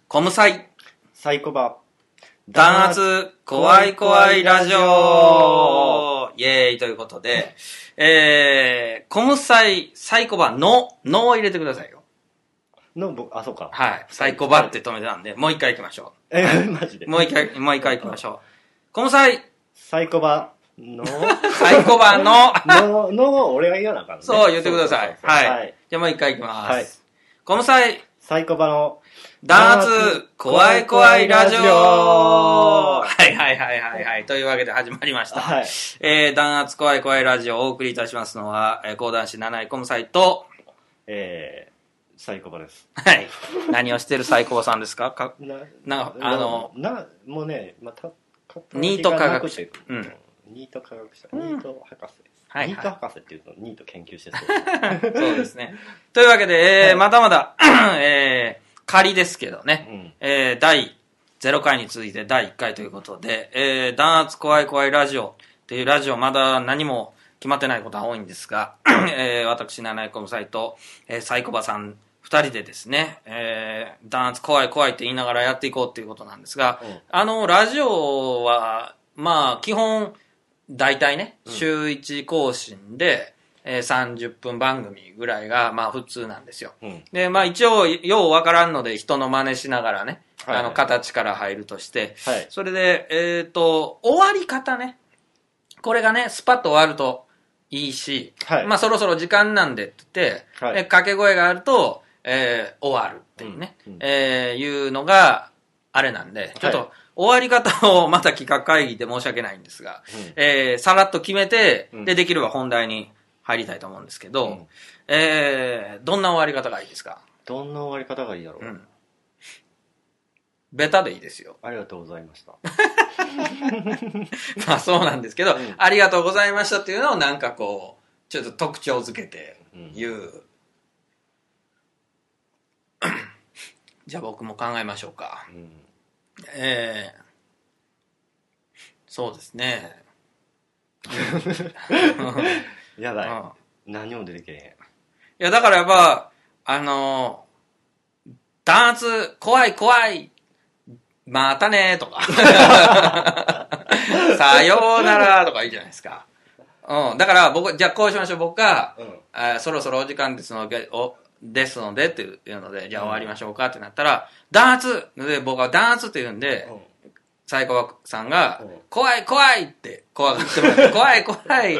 コムサイサイコバ弾圧怖い怖いラジオイエーイということで、コムサイサイコバのを入れてくださいよ。 そうか。 はい。サイコバって止めてたんで、もう一回行きましょう。マジで。 もう一回行きましょう。コムサイサイコバのサイコバのの俺が言わなあかんね。 そう、言ってください。はい。じゃあもう一回行きます。はい。コムサイサイコバの弾圧怖い怖いラジオはい。というわけで始まりました。はい。弾圧怖い怖いラジオをお送りいたしますのは、講談師七井コムサイと、 サイコバです。 はい。何をしてるサイコバさんですかもうね、 ニート科学者。 ニート科学者。ニート博士です。 はい。 ニート博士っていうとニート研究してそうそうですね。というわけで、まだまだ、仮ですけどね、第0回に続いて第1回ということで、弾圧怖い怖いラジオというラジオまだ何も決まってないことは多いんですが、私、七井コムサイと、サイコバさん2人でですね、弾圧怖い怖いって言いながらやっていこうということなんですが、ラジオは、まあ、基本、大体ね、週1更新で、30分番組ぐらいが、まあ普通なんですよ。で、まあ一応、ようわからんので人の真似しながらね、形から入るとして、それで、終わり方ね。これがね、スパッと終わるといいし、まあそろそろ時間なんでって言って、掛け声があると、終わるっていうね、いうのがあれなんで、ちょっと終わり方をまた企画会議で申し訳ないんですが、さらっと決めて、で、できれば本題に入りたいと思うんですけど、どんな終わり方がいいですか？ どんな終わり方がいいだろう。 ベタでいいですよ。 ありがとうございました。 まあそうなんですけど、ありがとうございましたっていうのをなんかこう、ちょっと特徴づけて言う。じゃあ僕も考えましょうか。そうですね。 やばい。何も出てけへん。いや、だからやっぱ、弾圧、怖い怖い、またねとか、さようならとかいいじゃないですか。だからじゃあこうしましょう。僕が、そろそろお時間ですのでっていうので、じゃあ終わりましょうかってなったら、弾圧で、僕は弾圧って言うんで、サイコバさんが、怖い怖いって怖がってもらって、怖い怖い、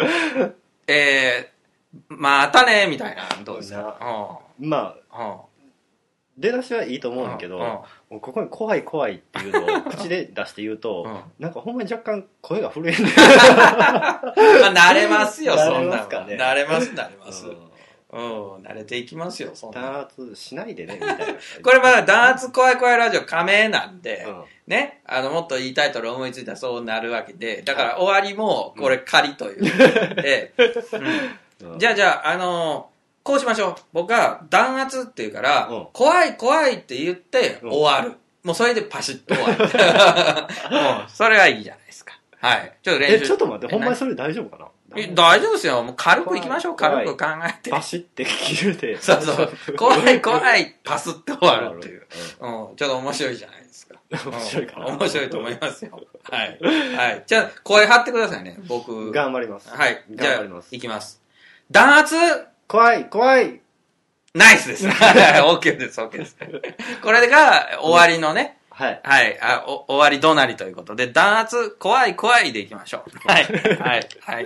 またねみたいな、どうですか？ まあ、出だしはいいと思うんだけど、ここに怖い怖いっていうのを口で出して言うと、なんかほんまに若干声が震えるんだよ。 慣れますよ、そんなの。慣れます。慣れていきますよ、そんな。 弾圧しないでね、みたいな。 これまだ弾圧怖い怖いラジオ加盟なんで、ね、もっといいタイトル思いついたらそうなるわけで、だから終わりもこれ仮というで、じゃあ、こうしましょう。僕が弾圧って言うから、怖い怖いって言って終わる。もうそれでパシッと終わる。もうそれはいいじゃないですか。はい。ちょっと練習。 ちょっと待って、ほんまにそれ大丈夫かな？ 大丈夫ですよ。もう軽くいきましょう。軽く考えて。 パシって切るで。 そう。怖い怖い、パスって終わるっていう。ちょっと面白いじゃないですか。 面白いかな。 面白いと思いますよ。はい。じゃあ、声張ってくださいね。僕。 頑張ります。 はい。じゃあ、いきます。弾圧怖い怖いナイスです。OK です。これが終わりのね。 はい。 終わりどなりということで、弾圧怖い怖いでいきましょう。はい。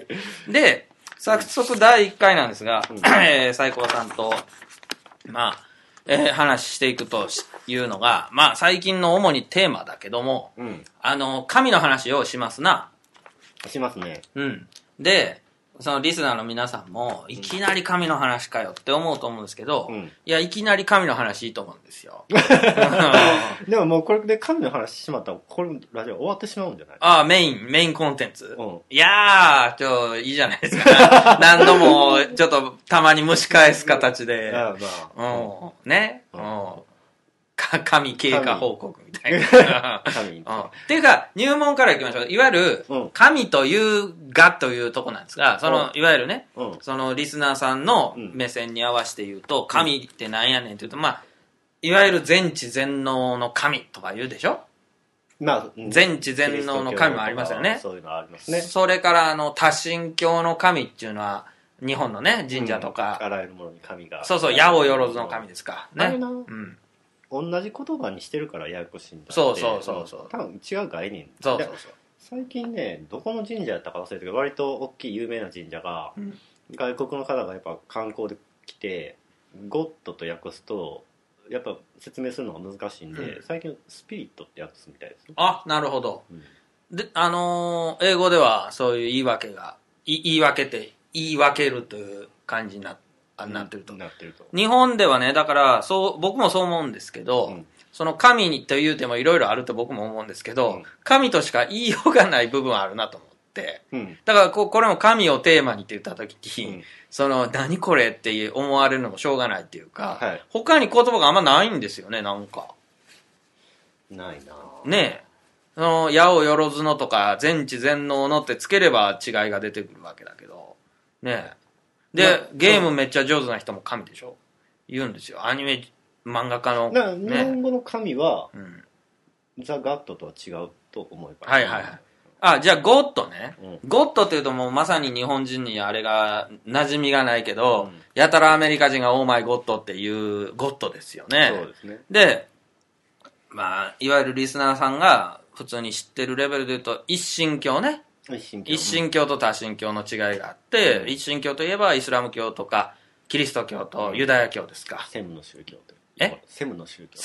で、早速第1回なんですが、サイコバさんと、まあ、話していくというのが、まあ、最近の主にテーマだけども、神の話をしますな。 しますね。 で、そのリスナーの皆さんも、いきなり神の話かよって思うと思うんですけど、いや、いきなり神の話いいと思うんですよ。 でももうこれで神の話しまったら、これラジオ終わってしまうんじゃない？ ああ、メインコンテンツ。いやー、いいじゃないですか。何度も、ちょっとたまに蒸し返す形で。ね。神経過報告みたいな。っていうか、入門からいきましょう。いわゆる、神というがというとこなんですが、いわゆるね、そのリスナーさんの目線に合わせて言うと、神ってなんやねんって言うと、まあ、 いわゆる全知全能の神とか言うでしょ。 まあ、 全知全能の神もありますよね。 そういうのありますね。 それから多神教の神っていうのは日本のね神社とか、 あらゆるものに神が。 そうそう、八百万の神ですかね。 同じ言葉にしてるからややこしいんだって。 そう。 多分違う概念。 そう。 最近ね、どこの神社やったか忘れたけど、割と大きい有名な神社が、外国の方がやっぱ観光で来て、ゴッドと訳すと、やっぱ説明するのが難しいんで、最近スピリットって訳すみたいですよ。 あ、なるほど。で、英語ではそういう言い訳が、言い訳るという感じになってると。日本ではね、だから、僕もそう思うんですけど、その神にと言うてもいろいろあると僕も思うんですけど、神としか言いようがない部分はあるなと思って、だからこれも神をテーマにって言った時に、何これって思われるのもしょうがないっていうか、他に言葉があんまないんですよね、なんか。 ないなねえ。八百万のとか、全知全能のってつければ違いが出てくるわけだけど、ねえ。で、ゲームめっちゃ上手な人も神でしょ言うんですよ。アニメ、漫画家の。 日本語の神は、ザ・ガッドとは違うと思えば。 じゃあゴッドね。ゴッドっていうともうまさに日本人にあれが馴染みがないけど、やたらアメリカ人がオーマイゴッドっていうゴッドですよね。 そうですね。 で、まあ、いわゆるリスナーさんが普通に知ってるレベルで言うと、一神教ね。一神教と多神教の違いがあって、一神教といえばイスラム教とか、キリスト教とユダヤ教ですか。 セムの宗教と。 セムの宗教。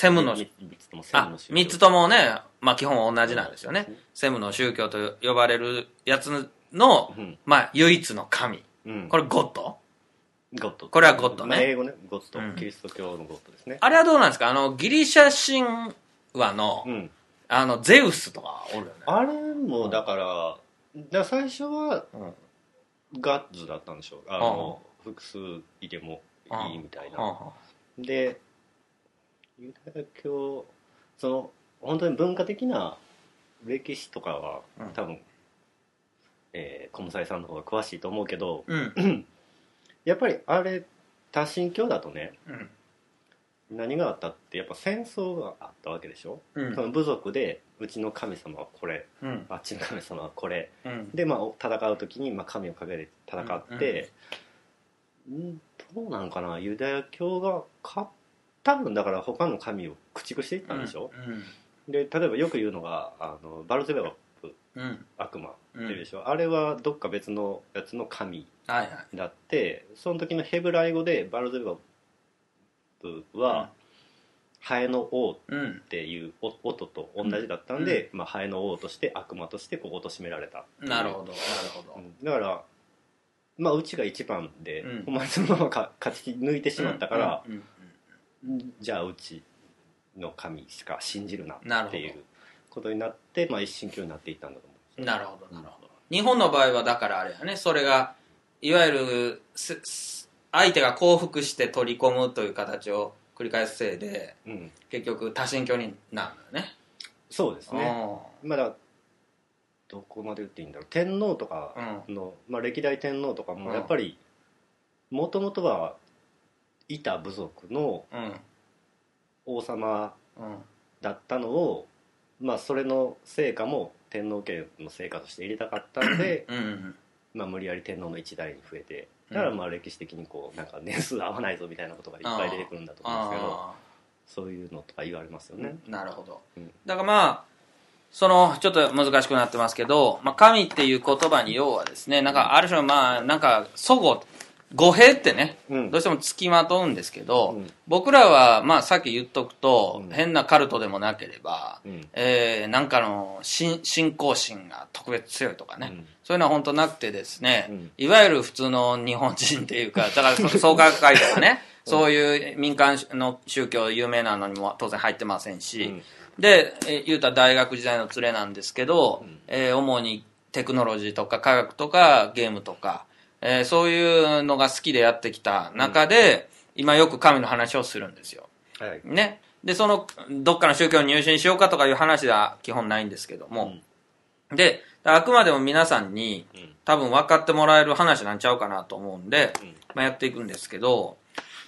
3つともね、まあ基本同じなんですよね。セムの宗教と呼ばれるやつの、まあ唯一の神。これゴッド？これはゴッドね。 英語ね、ゴッド。キリスト教のゴッドですね。 あれはどうなんですか？ギリシャ神話の、ゼウスとかおるよね。 あれもだから最初はガッツだったんでしょう。複数いてもいいみたいな。で、ユダヤ教、本当に文化的な歴史とかは、多分、コムサイさんの方が詳しいと思うけど、やっぱりあれ、多神教だとね、何があったって、やっぱ戦争があったわけでしょ。その部族で、うちの神様はこれ、あっちの神様はこれ、で、まあ、戦う時に、まあ、神をかけて戦って、どうなんかな、ユダヤ教が多分だから他の神を駆逐していったんでしょ、で例えばよく言うのがバルゼベロップ、悪魔っていうでしょ、あれはどっか別のやつの神だって、その時のヘブライ語でバルゼベロップは、ハエの王っていう音と同じだったんで、まあ、ハエの王として悪魔としてこう貶められた。 なるほど。 だからまあうちが一番で、お前そのまま勝ち抜いてしまったから、じゃあうちの神しか信じるなっていうことになって、まあ、一神教になっていったんだと思う。 なるほど。日本の場合はだからあれやね、それがいわゆる相手が降伏して取り込むという形を繰り返すせいで、結局多神教になるのよね。 そうですね。まだどこまで言っていいんだろう。天皇とかの、まあ、歴代天皇とかもやっぱりもともとはいた部族の王様だったのを、まあ、それの成果も天皇家の成果として入れたかったんで、まあ、無理やり天皇の一代に増えて、だからまあ歴史的にこうなんか年数合わないぞみたいなことがいっぱい出てくるんだと思うんですけど、そういうのとか言われますよね。 なるほど。だからまあちょっと難しくなってますけど、まあ、神っていう言葉に要はですね、なんかある種のまあなんか語弊ってね、どうしてもつきまとうんですけど、僕らはまあさっき言っとくと、変なカルトでもなければ、なんかの信仰心が特別強いとかね、そういうのは本当なくてですね、いわゆる普通の日本人っていうか、だから創価学会とかね、そういう民間の宗教有名なのにも当然入ってませんし、で、言うたら大学時代の連れなんですけど、主にテクノロジーとか科学とかゲームとか、そういうのが好きでやってきた中で、今よく神の話をするんですよ。ね。で、どっかの宗教に入信しようかとかいう話は基本ないんですけども。で、あくまでも皆さんに多分分かってもらえる話なんちゃうかなと思うんで、まあ、やっていくんですけど、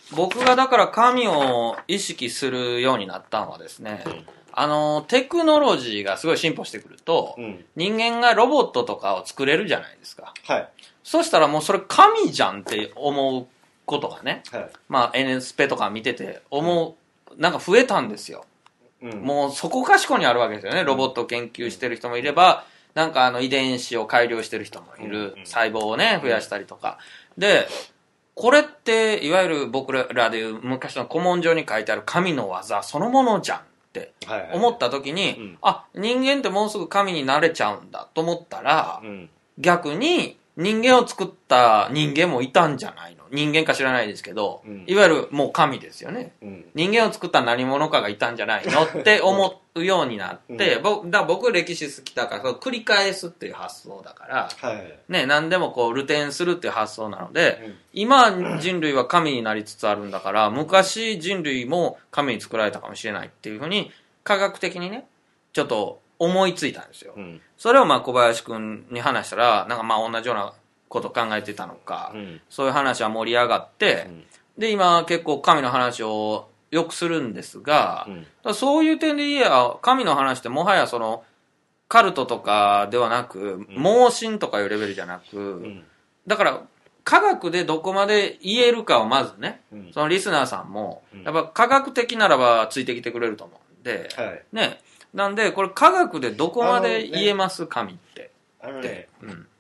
僕がだから神を意識するようになったのはですね、テクノロジーがすごい進歩してくると、人間がロボットとかを作れるじゃないですか。 はい。 そしたらもうそれ神じゃんって思うことがね、 はい、 まあ N スペとか見ててなんか増えたんですよ。もうそこかしこにあるわけですよね。ロボットを研究してる人もいれば、なんか遺伝子を改良してる人もいる。細胞をね、増やしたりとか。で、これっていわゆる僕らでいう昔の古文書に書いてある神の技そのものじゃんって思った時に、あ、人間ってもうすぐ神になれちゃうんだと思ったら、逆に人間を作った人間もいたんじゃないの。人間か知らないですけど、いわゆるもう神ですよね。人間を作った何者かがいたんじゃないのって思うようになって、僕歴史好きだから繰り返すっていう発想だから、ね、何でもこう流転するっていう発想なので、今人類は神になりつつあるんだから、昔人類も神に作られたかもしれないっていうふうに科学的にね、ちょっと思いついたんですよ。それをまあ小林くんに話したら、なんかまあ同じようなこと考えてたのか、そういう話は盛り上がって、で今結構神の話をよくするんですが、そういう点で言えば神の話ってもはやそのカルトとかではなく、盲信とかいうレベルじゃなく、だから科学でどこまで言えるかをまずね、そのリスナーさんもやっぱ科学的ならばついてきてくれると思うんで、ね、なんでこれ科学でどこまで言えます、神ってって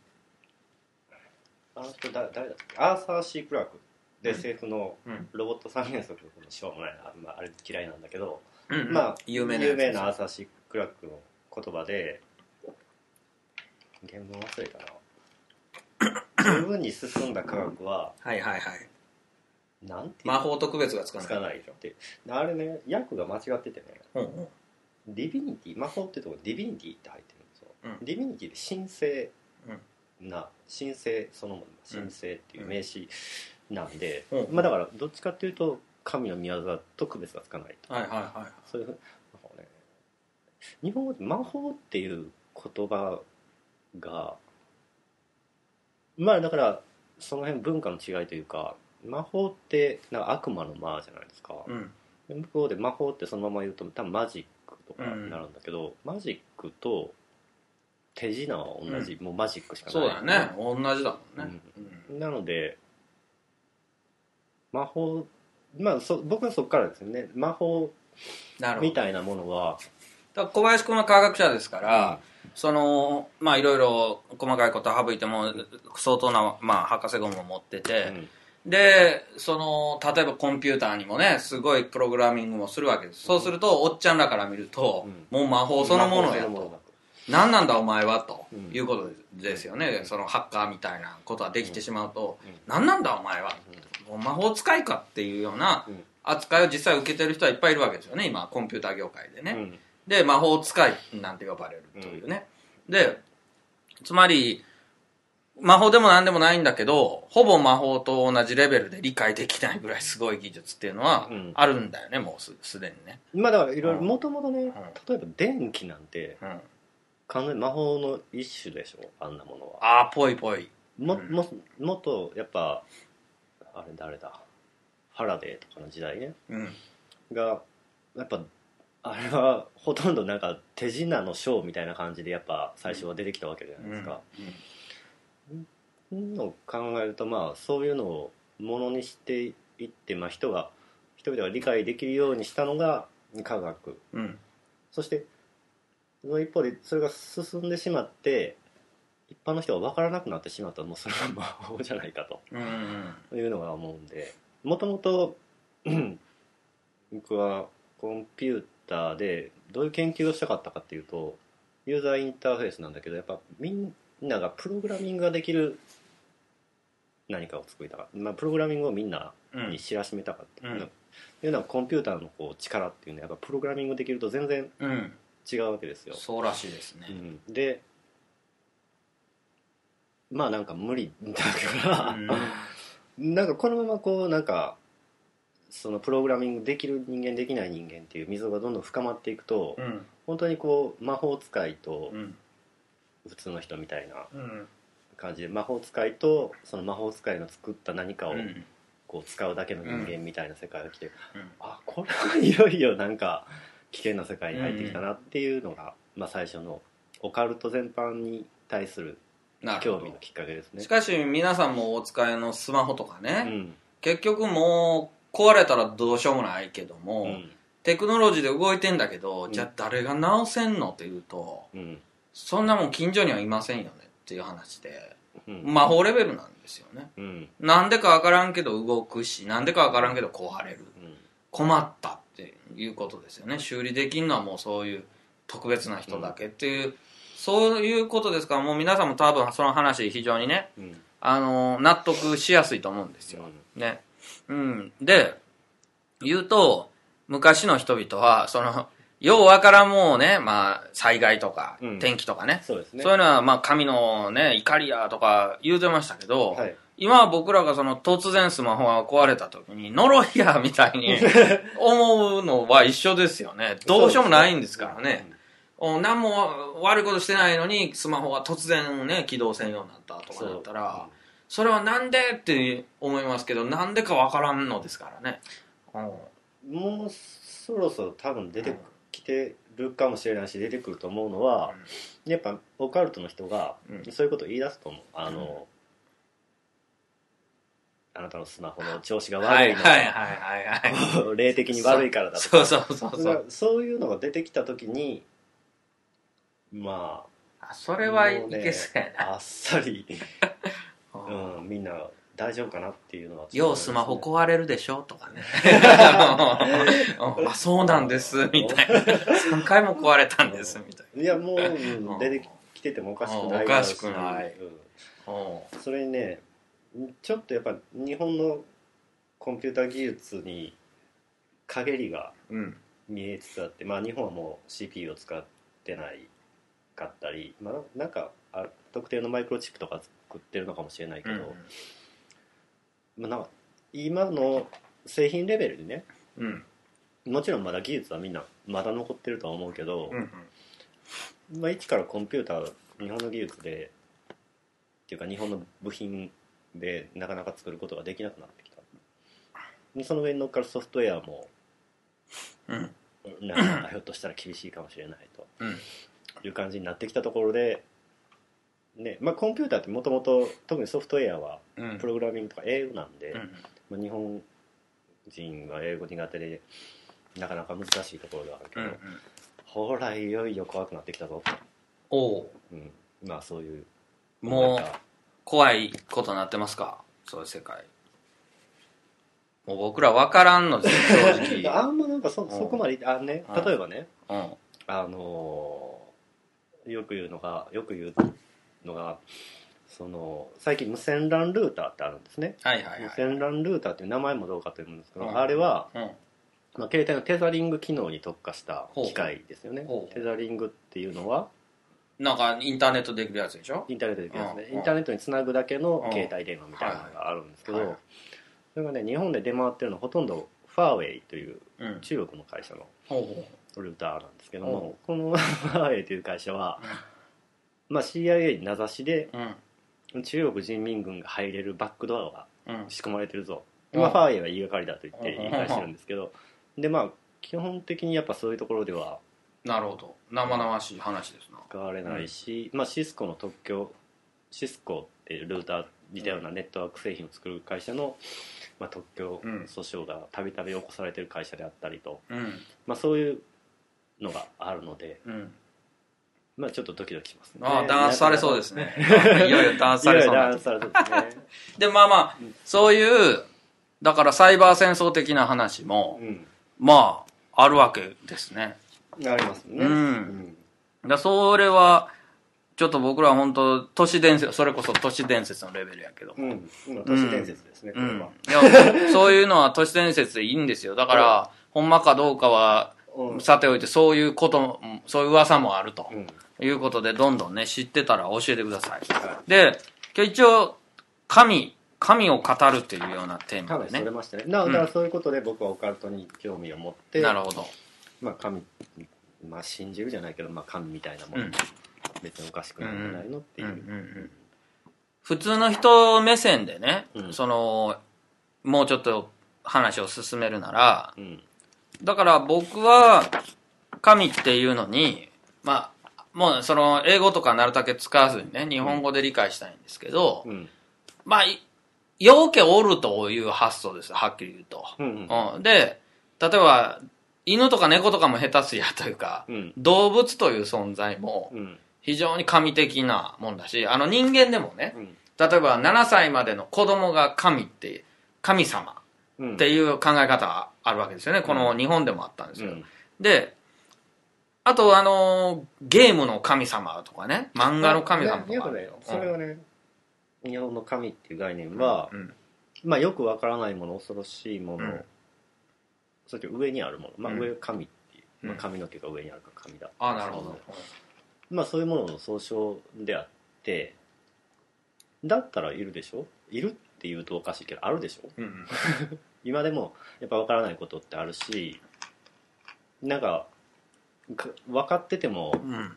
あの人誰だっけ、アーサー・シー・クラークで政府のロボット三原則のしょうもないな、あれ嫌いなんだけど、まあ有名なアーサー・シー・クラークの言葉で、原文忘れたな十分に進んだ科学はなんて魔法と区別がつかないってあれね、訳が間違っててね、ディビニティ、魔法ってところディビニティって入ってるんですよ、ディビニティで神聖な、神聖そのもの、神聖っていう名詞なんで、まあだからどっちかっていうと神の御業と区別がつかないと、そういうふうに、ね、日本語で魔法っていう言葉がまあだからその辺文化の違いというか、魔法ってなんか悪魔の魔じゃないですか、向こうで魔法ってそのまま言うと多分マジックとかになるんだけど、マジックと手品は同じ、もうマジックしかない、 そうだね、同じだもんね、 なので魔法、まあ僕はそこからですよね、魔法みたいなものはだから小林君は科学者ですから、そのまあいろいろ細かいこと省いても相当な、まあ、博士号も持ってて、でその例えばコンピューターにもねすごいプログラミングもするわけです。そうするとおっちゃんらから見ると、もう魔法そのものやと、何なんだお前はということですよね。そのハッカーみたいなことができてしまうと、何なんだお前は、もう魔法使いかっていうような扱いを実際受けてる人はいっぱいいるわけですよね、今コンピューター業界でね、で魔法使いなんて呼ばれるというね、でつまり魔法でも何でもないんだけど、ほぼ魔法と同じレベルで理解できないぐらいすごい技術っていうのはあるんだよね、もうすでにね。 まあだからいろいろもともとね、例えば電気なんて、完全に魔法の一種でしょ、あんなものは。 ぽいぽい。 もっとやっぱあれ誰だ、ファラデーとかの時代ね、がやっぱあれはほとんどなんか手品のショーみたいな感じでやっぱ最初は出てきたわけじゃないですか。のを考えると、まあそういうのをものにしていって、まあ人々が理解できるようにしたのが科学、そしてその一方でそれが進んでしまって一般の人が分からなくなってしまったら、もうそれは魔法じゃないかと、いうのが思うんで、もともと僕はコンピューターでどういう研究をしたかったかっていうと、ユーザーインターフェースなんだけど、やっぱみんながプログラミングができる何かを作りたかった、まあ、プログラミングをみんなに知らしめたかった、いうのはコンピューターのこう力っていうのはやっぱプログラミングできると全然違うわけですよ、 そうらしいですね、 でまあなんか無理だからなんかこのままこうなんかそのプログラミングできる人間できない人間っていう溝がどんどん深まっていくと、本当にこう魔法使いと普通の人みたいな感じで、魔法使いとその魔法使いの作った何かをこう使うだけの人間みたいな世界が来て、あ、これはいよいよなんか危険な世界に入ってきたなっていうのが、まあ、最初のオカルト全般に対する興味のきっかけですね。 しかし皆さんもお使いのスマホとかね、結局もう壊れたらどうしようもないけども、テクノロジーで動いてんだけど、じゃあ誰が直せんのって言うと、そんなもん近所にはいませんよねっていう話で、魔法レベルなんですよね、なんでかわからんけど動くし、なんでかわからんけど壊れる、困ったっていうことですよね。修理できるのはもうそういう特別な人だけっていう、そういうことですから、もう皆さんも多分その話非常にね、納得しやすいと思うんですよ、ね。で言うと、昔の人々はそのようわからんもうね、まあ災害とか天気とかね、そういうのはまあ神のね怒りやとか言うてましたけど、今は僕らがその突然スマホが壊れた時に呪いやみたいに思うのは一緒ですよね。どうしようもないんですからね。何も悪いことしてないのにスマホが突然ね起動せんようになったとかだったら、それはなんでって思いますけど、なんでかわからんのですからね。 もうそろそろ多分出てきてるかもしれないし、出てくると思うのは、やっぱオカルトの人がそういうことを言い出すと思う。あなたのスマホの調子が悪いのは霊的に悪いからだとか、そういうのが出てきた時に、まあそれはいけそうやな、 あっさりみんな大丈夫かなっていうのは、 ようスマホ壊れるでしょとかねあ、そうなんですみたいな、3回も壊れたんですみたいな。 いやもう出てきててもおかしくない、 おかしくない、 それにね、ちょっとやっぱ日本のコンピューター技術に陰りが見えつつあって、まあ日本はもう CPU を使ってないかったり、まあ、なんか特定のマイクロチップとか作ってるのかもしれないけど、まあ、なんか今の製品レベルでね、もちろんまだ技術はみんなまだ残ってるとは思うけど、まあ、一からコンピューター日本の技術でっていうか日本の部品でなかなか作ることができなくなってきた。その上に乗っかるソフトウェアも、なかなかひょっとしたら厳しいかもしれないという感じになってきたところで、ね、まあ、コンピューターってもともと特にソフトウェアはプログラミングとか英語なんで、まあ、日本人は英語苦手でなかなか難しいところではあるけど、ほらいよいよ怖くなってきたぞと。まあそういうもう怖いことになってますか、そういう世界。もう僕ら分からんのですよ正直あんまなんかそこまで例えばね、よく言うのがその最近無線 LAN ルーターってあるんですね、無線 LAN ルーターっていう名前もどうかというんですけど、あれは、まあ、携帯のテザリング機能に特化した機械ですよね。テザリングっていうのはなんかインターネットできるやつでしょ。 インターネットできるやつね、インターネットにつなぐだけの携帯電話みたいなのがあるんですけど、それがね日本で出回ってるのはほとんどファーウェイという中国の会社のルーターなんですけども、このファーウェイという会社は、まあ、CIA に名指しで、中国人民軍が入れるバックドアが仕込まれてるぞ、ファーウェイは言いがかりだと言って言い返してるんですけど、でまあ基本的にやっぱそういうところではなるほど、生々しい話ですな。 使われないし、まあ、シスコの特許、シスコっていうルーター似たようなネットワーク製品を作る会社の、まあ、特許訴訟がたびたび起こされている会社であったりと、まあ、そういうのがあるので、まあ、ちょっとドキドキしますね。 弾圧されそうですねいよいよ弾圧されそうなでまあまあ、そういうだからサイバー戦争的な話も、まああるわけですね。 ありますね。 だそれはちょっと僕らは本当都市伝説、それこそ都市伝説のレベルやけど、 今都市伝説ですね、これは。 いやそういうのは都市伝説でいいんですよ。だからほんまかどうかはさておいて、そういうことそういう噂もあるということで、どんどんね知ってたら教えてください。で今日一応神を語るっていうようなテーマでね。 それましたね。だからそういうことで僕はオカルトに興味を持って、 なるほど。 まあ神、まあ信じるじゃないけど、まあ神みたいなもの、別におかしくないんじゃないのっていう。 普通の人目線でね、そのもうちょっと話を進めるなら、 うん、 だから僕は神っていうのに、まあ、もうその英語とかなるだけ使わずにね、日本語で理解したいんですけど、 うん、 まあ、陽気おるという発想です、はっきり言うと。 うん、 で、例えば、犬とか猫とかも下手すりゃというか、 うん、 動物という存在も非常に神的なもんだし、人間でもね、 うん、 例えば7歳までの子供が神様っていう考え方があるわけですよね。この日本でもあったんですよ。で、あとゲームの神様とかね、漫画の神様とか。 それはね、日本の神っていう概念は、まあよくわからないもの、恐ろしいもの、それと上にあるもの、まあ上神っていう、まあ、髪の毛が上にあるから神だ。 あ、なるほど。 まあそういうものの総称であって、だったらいるでしょ？いるって言うとおかしいけど、あるでしょ？今でもやっぱわからないことってあるし、なんか分かってても、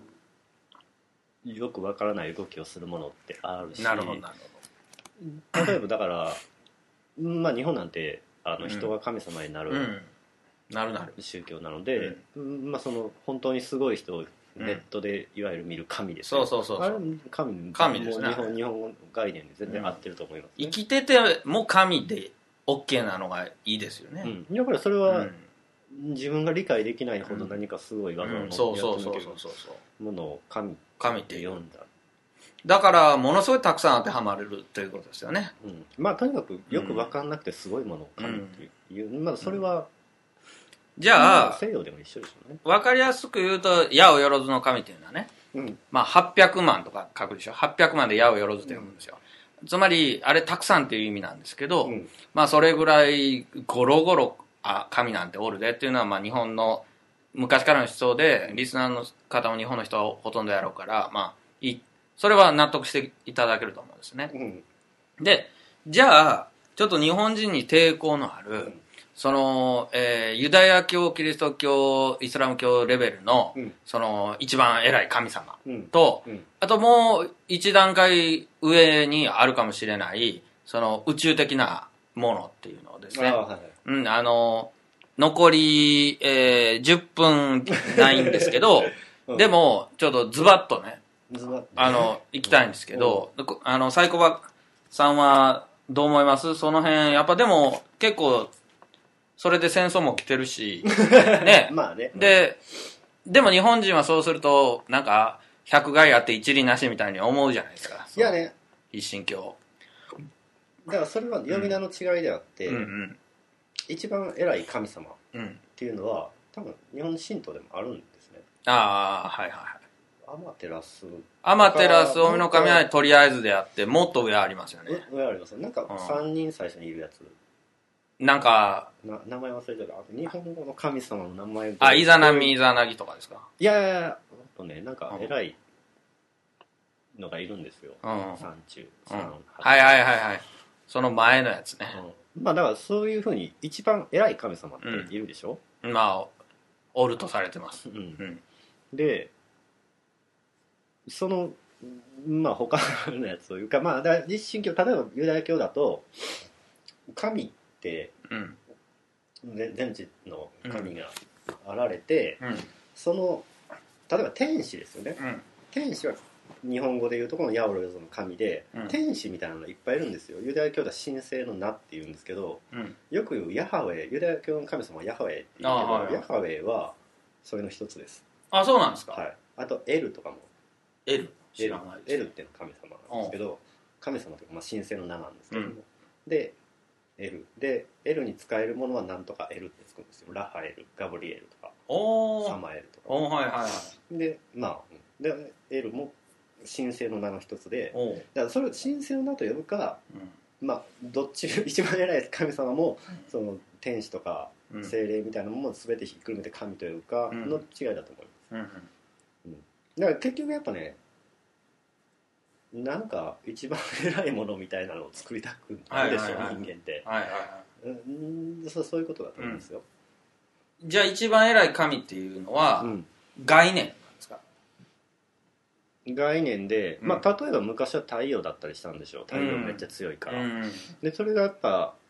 よくわからない動きをするものってあるし、 なるほど。 例えばだからまあ日本なんて人が神様になる宗教なので、まあその本当にすごい人をネットでいわゆる見る神ですよ、そうあれ神ですね。 日本概念で全然合ってると思います、 生きてても神で OK なのがいいですよね。 だからそれは、自分が理解できないほど何かすごい技を持ってものを神って呼んだ。 だからものすごいたくさん当てはまれるということですよね。 まあとにかくよく分かんなくてすごいものを神っていう、まあそれは、 じゃあ西洋でも一緒でしょうね。 分かりやすく言うと矢をよろずの神っていうのはね、まあ800万とか書くでしょ。800万で矢をよろずって読むんですよ。つまりあれたくさんっていう意味なんですけど、まあそれぐらいゴロゴロ神なんておるでっていうのは、まあ日本の昔からの思想で、リスナーの方も日本の人はほとんどやろうから、まあそれは納得していただけると思うんですね。で、じゃあちょっと日本人に抵抗のある、その、ユダヤ教、キリスト教、イスラム教レベルの、その一番偉い神様と、あともう一段階上にあるかもしれない、その宇宙的なものっていうのをですね、残り、10分ないんですけど、でもちょっとズバッとね、行きたいんですけど、サイコバさんはどう思います？その辺やっぱでも結構それで戦争も来てるしね。 まあね。 でも日本人はそうするとなんか百害あって一理なしみたいに思うじゃないですか。 いやね、 一神教だからそれは呼び名の違いであって、一番偉い神様っていうのは、多分日本神道でもあるんですね。 ああ、はいはいはい。 アマテラス、 大御神はとりあえずであって、もっと上ありますよね。 上あります。なんか3人最初にいるやつ。 なんか名前忘れちゃった。日本語の神様の名前。 イザナミイザナギとかですか？ いやなんか偉いのがいるんですよ。山中。 はい。その前のやつね。 まあだからそういうふうに一番偉い神様っているでしょ？ まあおるとされてます。 で、そのまあ他のやつというか、まあだから一神教、例えばユダヤ教だと神って全知の神があられて、その例えば天使ですよね。天使は日本語でいうとこのヤオロヨゾの神で、天使みたいなのがいっぱいいるんですよ。ユダヤ教では神聖の名っていうんですけど、よく言うヤハウェユダヤ教の神様はヤハウェって言うけど、ヤハウェはそれの一つです。 あ、そうなんですか？ はい。あとエルとかも。 エル知らないです。 エルっていうのは神様なんですけど、神様というかまあ神聖の名なんですけども、でエルに使えるものはなんとかエルってつくんですよ。ラファエル、ガブリエルとかサマエルとか。でまあでエルも神聖の名の一つで、だからそれを神聖の名と呼ぶか、まあどっち一番偉い神様も、その天使とか精霊みたいなものを全てひっくるめて神というかの違いだと思います。だから結局やっぱね、なんか一番偉いものみたいなのを作りたくなるでしょ、人間って。そういうことだと思うんですよ。 じゃあ一番偉い神っていうのは概念なんですか？ 概念で、まあ例えば昔は太陽だったりしたんでしょう。太陽めっちゃ強いから。でそれがやっぱ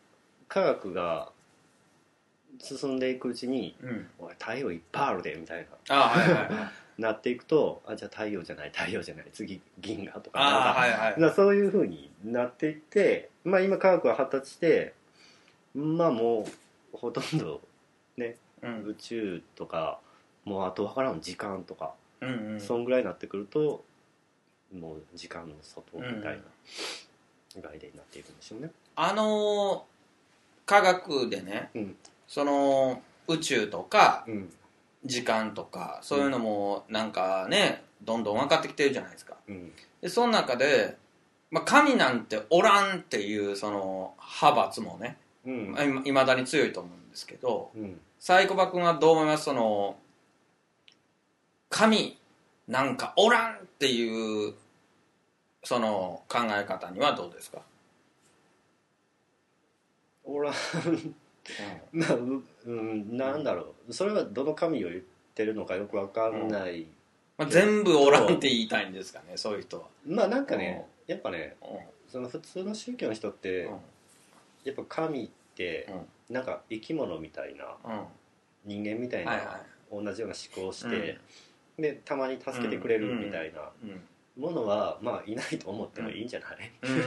科学が進んでいくうちに、おい太陽いっぱいあるでみたいななっていくと、じゃあ太陽じゃない次銀河とかなんか、そういう風になっていって、まあ今科学が発達して、まあもうほとんどね、宇宙とかもうあと分からん時間とか、そんぐらいになってくるともう時間の外みたいな概念になっていくんでしょうね。 科学でね、その宇宙とか時間とか、そういうのもなんかねどんどん分かってきてるじゃないですか。でその中で、神なんておらんっていうその派閥もね、いまだに強いと思うんですけど、サイコパ君はどう思います？その神なんかおらんっていうその考え方にはどうですか？ おらんなんだろう、それはどの神を言ってるのかよく分かんない、 全部おらんって言いたいんですかね、そういう人は。 なんかね、やっぱね、その普通の宗教の人って、やっぱ神ってなんか生き物みたいな、人間みたいな、同じような思考をして、でたまに助けてくれるみたいなものは、いないと思ってもいいんじゃない？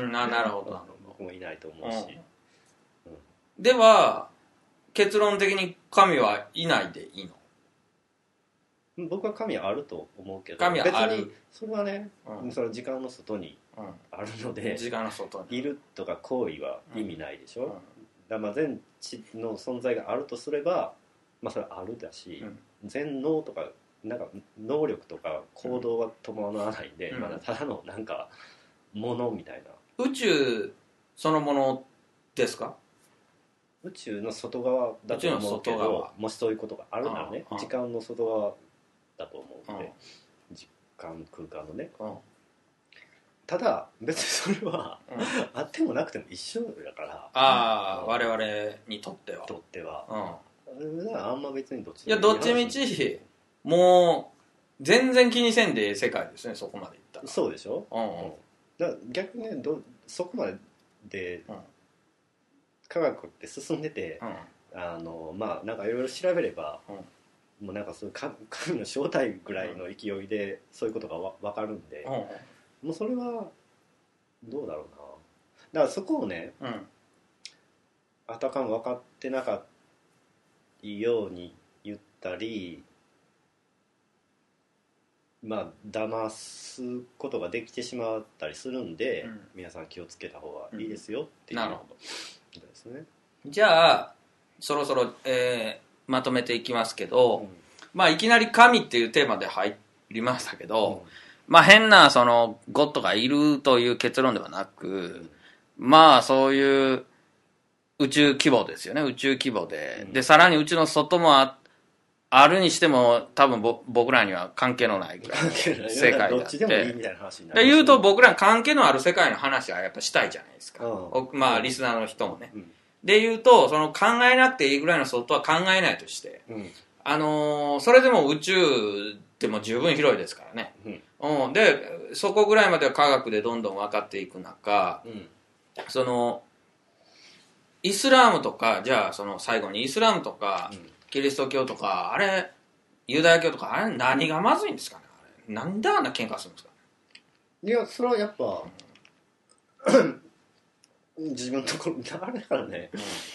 なるほど僕もいないと思うし、 では結論的に神はいないでいいの？僕は神はあると思うけど、 神はある。 別にそれはね、その時間の外にあるので、 時間の外にいるとか行為は意味ないでしょ。だから全知の存在があるとすれば、それはあるだし、全能とかなんか能力とか行動は伴わないんで、ただのなんかものみたいな。 宇宙そのものですか？ 宇宙の外側だと思うけど、もしそういうことがあるならね、時間の外側だと思うので、時間空間のね、ただ別にそれは、あってもなくても一緒だから、 我々にとっては、 あんま別にどっちでもいい。どっちみちもう全然気にせんで世界ですね、そこまでいったら。 そうでしょ。だから逆にね、そこまで科学って進んでて、なんかいろいろ調べれば、もうなんかそういう神の正体ぐらいの勢いでそういうことが分かるんで、もうそれはどうだろうな。だからそこをね、あたかも分かってなかったように言ったり、騙すことができてしまったりするんで、皆さん気をつけた方がいいですよっていうことですね。 じゃあそろそろ、まとめていきますけど、いきなり神っていうテーマで入りましたけど、変なそのゴッドがいるという結論ではなく、そういう宇宙規模ですよね。宇宙規模で、でさらに宇宙の外もあるにしても多分僕らには関係のないぐらいの世界だって。 どっちでもいいみたいな話になる。 で言うと僕らに関係のある世界の話はやっぱしたいじゃないですか。リスナーの人もね。で言うとその考えなくていいぐらいの外は考えないとして、それでも宇宙でも十分広いですからね。でそこぐらいまでは科学でどんどん分かっていく中、そのイスラームとか、じゃあその最後にイスラームとか、キリスト教とか、あれユダヤ教とか、あれ何がまずいんですかね。あれなんであんな喧嘩するんですかね。いやそれはやっぱ自分のところあれだからね、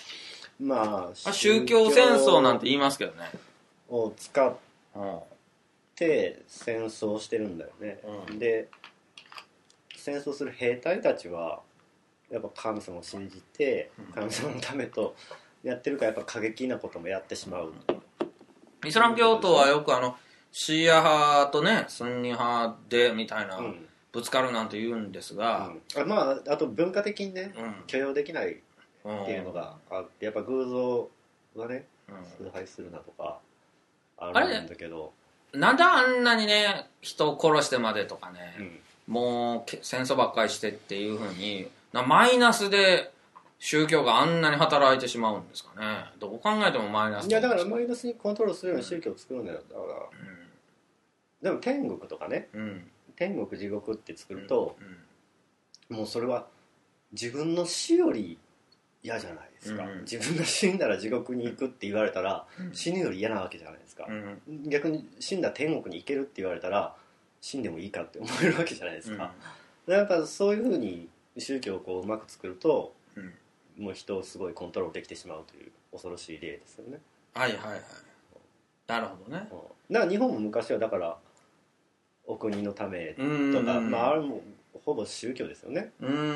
宗教戦争なんて言いますけどね、 を使って戦争してるんだよね。で戦争する兵隊たちはやっぱ神様を信じて、神様のためとやってるから、やっぱ過激なこともやってしまう。 イスラム教徒はよくシーア派とねスンニ派でみたいな、ぶつかるなんて言うんですが、 あと文化的にね、許容できないっていうのがあって、やっぱ偶像はね、崇拝するなとかあるんだけど、 なんであんなにね人を殺してまでとかね、もう戦争ばっかりしてっていう風にマイナスで宗教があんなに働いてしまうんですかね。どう考えてもマイナス。 いやだからマイナスにコントロールするように宗教を作るんだよ。だから、でも天国とかね、天国地獄って作ると、もうそれは自分の死より嫌じゃないですか、 うん、 自分が死んだら地獄に行くって言われたら、死ぬより嫌なわけじゃないですか、逆に死んだら天国に行けるって言われたら死んでもいいかって思えるわけじゃないですか、やっぱそういうふうに宗教をこううまく作ると、もう人をすごいコントロールできてしまうという恐ろしい例ですよね。 はいはいはい、なるほどね。 だから日本も昔はだからお国のためとか、まああれもほぼ宗教ですよね。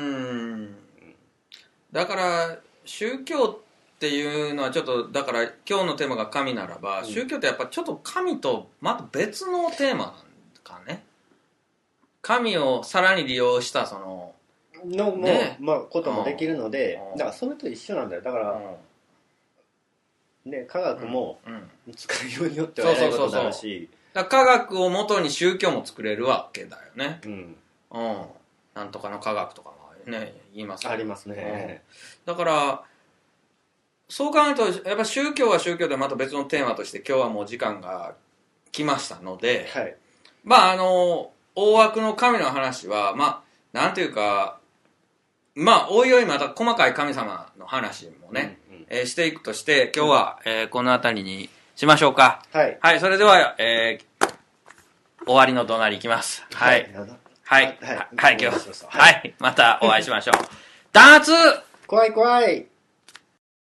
だから宗教っていうのはちょっと、だから今日のテーマが神ならば、宗教ってやっぱちょっと神とまた別のテーマなんかね。神をさらに利用したそののも、ね、まあこともできるので、だからそれと一緒なんだよ。だから、ね、科学も使いようによってはやらないことになるし、 だから科学をもとに宗教も作れるわけだよね。なんとかの科学とかね言います、 ありますね、 だからそう考えるとやっぱ宗教は宗教でまた別のテーマとして今日はもう時間が来ましたので、まあ大枠の神の話はまあなんていうか、まあおいおいまた細かい神様の話もね、していくとして今日は、この辺りにしましょうか。はい、それでは、終わりの怒鳴りいきます。はい、はい、はい、今日は、はい、またお会いしましょう。弾圧！ 怖い怖い！